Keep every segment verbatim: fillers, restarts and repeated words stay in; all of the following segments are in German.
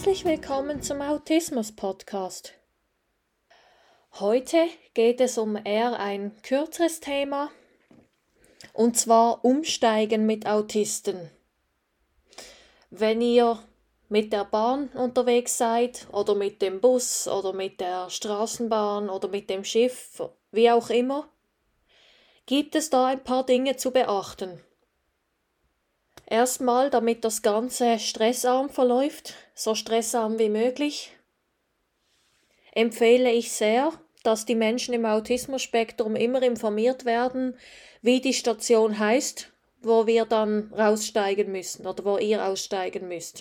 Herzlich willkommen zum Autismus-Podcast. Heute geht es um eher ein kürzeres Thema, und zwar Umsteigen mit Autisten. Wenn ihr mit der Bahn unterwegs seid oder mit dem Bus oder mit der Straßenbahn oder mit dem Schiff, wie auch immer, gibt es da ein paar Dinge zu beachten. Erstmal, damit das Ganze stressarm verläuft, so stressarm wie möglich, empfehle ich sehr, dass die Menschen im Autismus-Spektrum immer informiert werden, wie die Station heißt, wo wir dann raussteigen müssen oder wo ihr aussteigen müsst.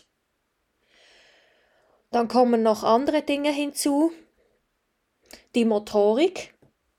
Dann kommen noch andere Dinge hinzu, die Motorik.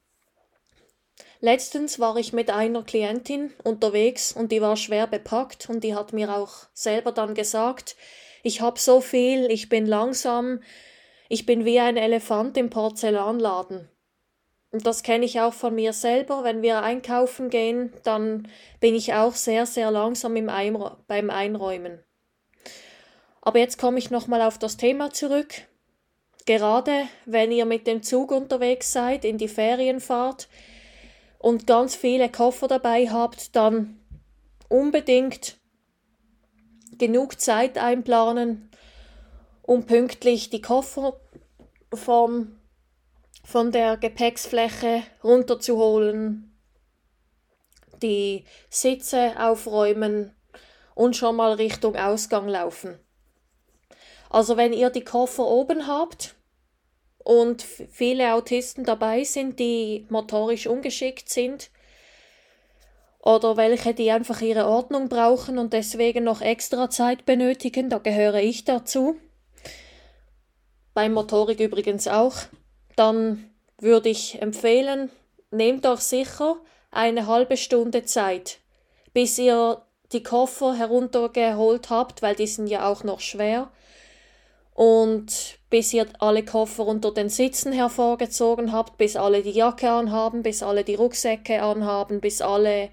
Letztens war ich mit einer Klientin unterwegs und die war schwer bepackt und die hat mir auch selber dann gesagt, ich habe so viel, ich bin langsam, ich bin wie ein Elefant im Porzellanladen. Und das kenne ich auch von mir selber, wenn wir einkaufen gehen, dann bin ich auch sehr, sehr langsam im Einrä- beim Einräumen. Aber jetzt komme ich nochmal auf das Thema zurück. Gerade wenn ihr mit dem Zug unterwegs seid, in die Ferien fahrt, und ganz viele Koffer dabei habt, dann unbedingt genug Zeit einplanen, um pünktlich die Koffer vom, von der Gepäcksfläche runterzuholen, die Sitze aufräumen und schon mal Richtung Ausgang laufen. Also wenn ihr die Koffer oben habt, und viele Autisten dabei sind, die motorisch ungeschickt sind oder welche, die einfach ihre Ordnung brauchen und deswegen noch extra Zeit benötigen, da gehöre ich dazu, bei Motorik übrigens auch, dann würde ich empfehlen, nehmt euch sicher eine halbe Stunde Zeit, bis ihr die Koffer heruntergeholt habt, weil die sind ja auch noch schwer, und bis ihr alle Koffer unter den Sitzen hervorgezogen habt, bis alle die Jacke anhaben, bis alle die Rucksäcke anhaben, bis alle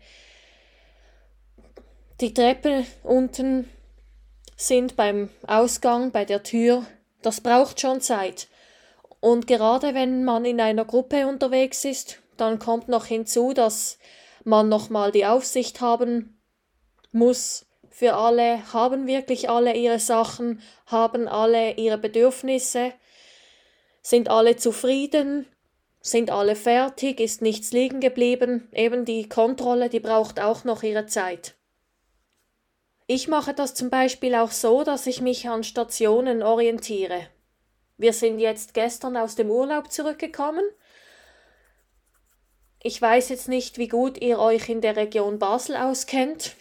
die Treppe unten sind beim Ausgang, bei der Tür. Das braucht schon Zeit. Und gerade wenn man in einer Gruppe unterwegs ist, dann kommt noch hinzu, dass man nochmal die Aufsicht haben muss, für alle, haben wirklich alle ihre Sachen, haben alle ihre Bedürfnisse, sind alle zufrieden, sind alle fertig, ist nichts liegen geblieben. Eben die Kontrolle, die braucht auch noch ihre Zeit. Ich mache das zum Beispiel auch so, dass ich mich an Stationen orientiere. Wir sind jetzt gestern aus dem Urlaub zurückgekommen. Ich weiß jetzt nicht, wie gut ihr euch in der Region Basel auskennt.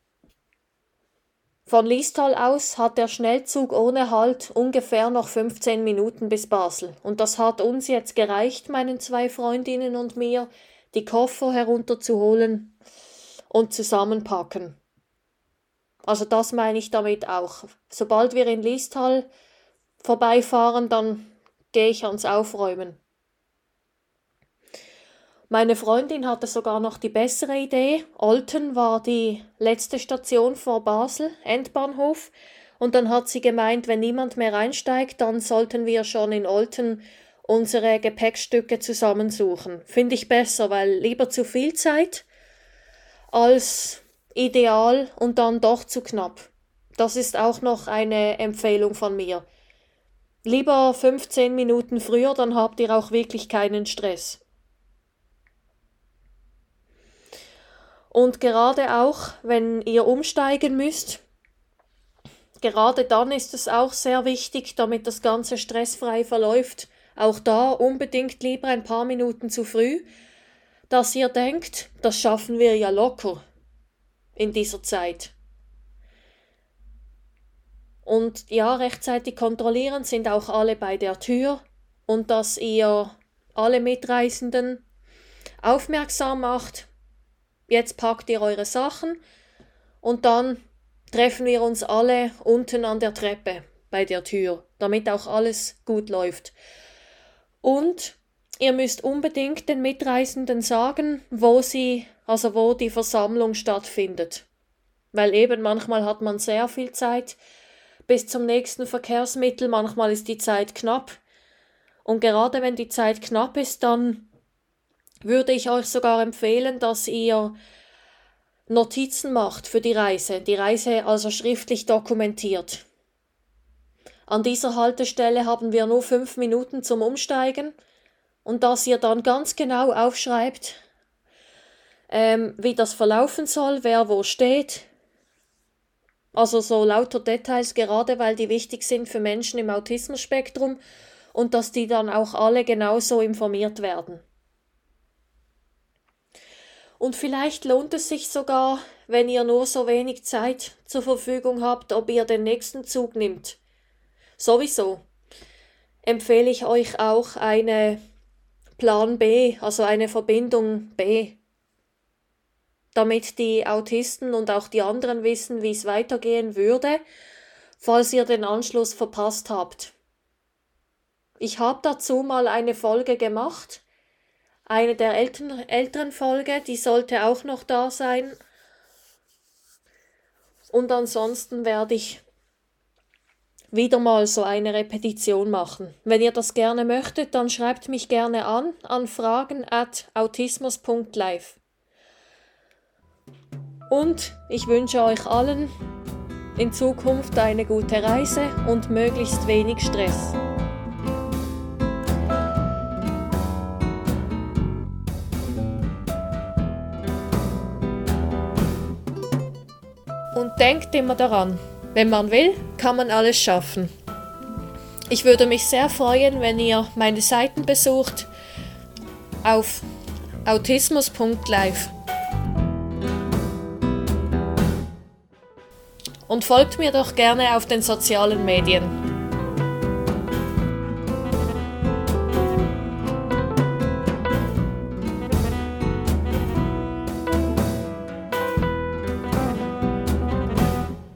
Von Liestal aus hat der Schnellzug ohne Halt ungefähr noch fünfzehn Minuten bis Basel. Und das hat uns jetzt gereicht, meinen zwei Freundinnen und mir, die Koffer herunterzuholen und zusammenpacken. Also das meine ich damit auch. Sobald wir in Liestal vorbeifahren, dann gehe ich ans Aufräumen. Meine Freundin hatte sogar noch die bessere Idee. Olten war die letzte Station vor Basel, Endbahnhof. Und dann hat sie gemeint, wenn niemand mehr einsteigt, dann sollten wir schon in Olten unsere Gepäckstücke zusammensuchen. Finde ich besser, weil lieber zu viel Zeit als ideal und dann doch zu knapp. Das ist auch noch eine Empfehlung von mir. Lieber fünfzehn Minuten früher, dann habt ihr auch wirklich keinen Stress. Und gerade auch, wenn ihr umsteigen müsst, gerade dann ist es auch sehr wichtig, damit das Ganze stressfrei verläuft, auch da unbedingt lieber ein paar Minuten zu früh, dass ihr denkt, das schaffen wir ja locker in dieser Zeit. Und ja, rechtzeitig kontrollieren, sind auch alle bei der Tür und dass ihr alle Mitreisenden aufmerksam macht. Jetzt packt ihr eure Sachen und dann treffen wir uns alle unten an der Treppe bei der Tür, damit auch alles gut läuft. Und ihr müsst unbedingt den Mitreisenden sagen, wo sie, also wo die Versammlung stattfindet. Weil eben manchmal hat man sehr viel Zeit, bis zum nächsten Verkehrsmittel. Manchmal ist die Zeit knapp. Und gerade wenn die Zeit knapp ist, dann würde ich euch sogar empfehlen, dass ihr Notizen macht für die Reise, die Reise also schriftlich dokumentiert. An dieser Haltestelle haben wir nur fünf Minuten zum Umsteigen und dass ihr dann ganz genau aufschreibt, ähm, wie das verlaufen soll, wer wo steht. Also so lauter Details, gerade weil die wichtig sind für Menschen im Autismus-Spektrum und dass die dann auch alle genauso informiert werden. Und vielleicht lohnt es sich sogar, wenn ihr nur so wenig Zeit zur Verfügung habt, ob ihr den nächsten Zug nimmt. Sowieso empfehle ich euch auch eine Plan B, also eine Verbindung B, damit die Autisten und auch die anderen wissen, wie es weitergehen würde, falls ihr den Anschluss verpasst habt. Ich habe dazu mal eine Folge gemacht, eine der älteren, älteren Folge, die sollte auch noch da sein. Und ansonsten werde ich wieder mal so eine Repetition machen. Wenn ihr das gerne möchtet, dann schreibt mich gerne an, an fragen at autismus punkt live. Und ich wünsche euch allen in Zukunft eine gute Reise und möglichst wenig Stress. Und denkt immer daran, wenn man will, kann man alles schaffen. Ich würde mich sehr freuen, wenn ihr meine Seiten besucht auf autismus punkt live. Und folgt mir doch gerne auf den sozialen Medien.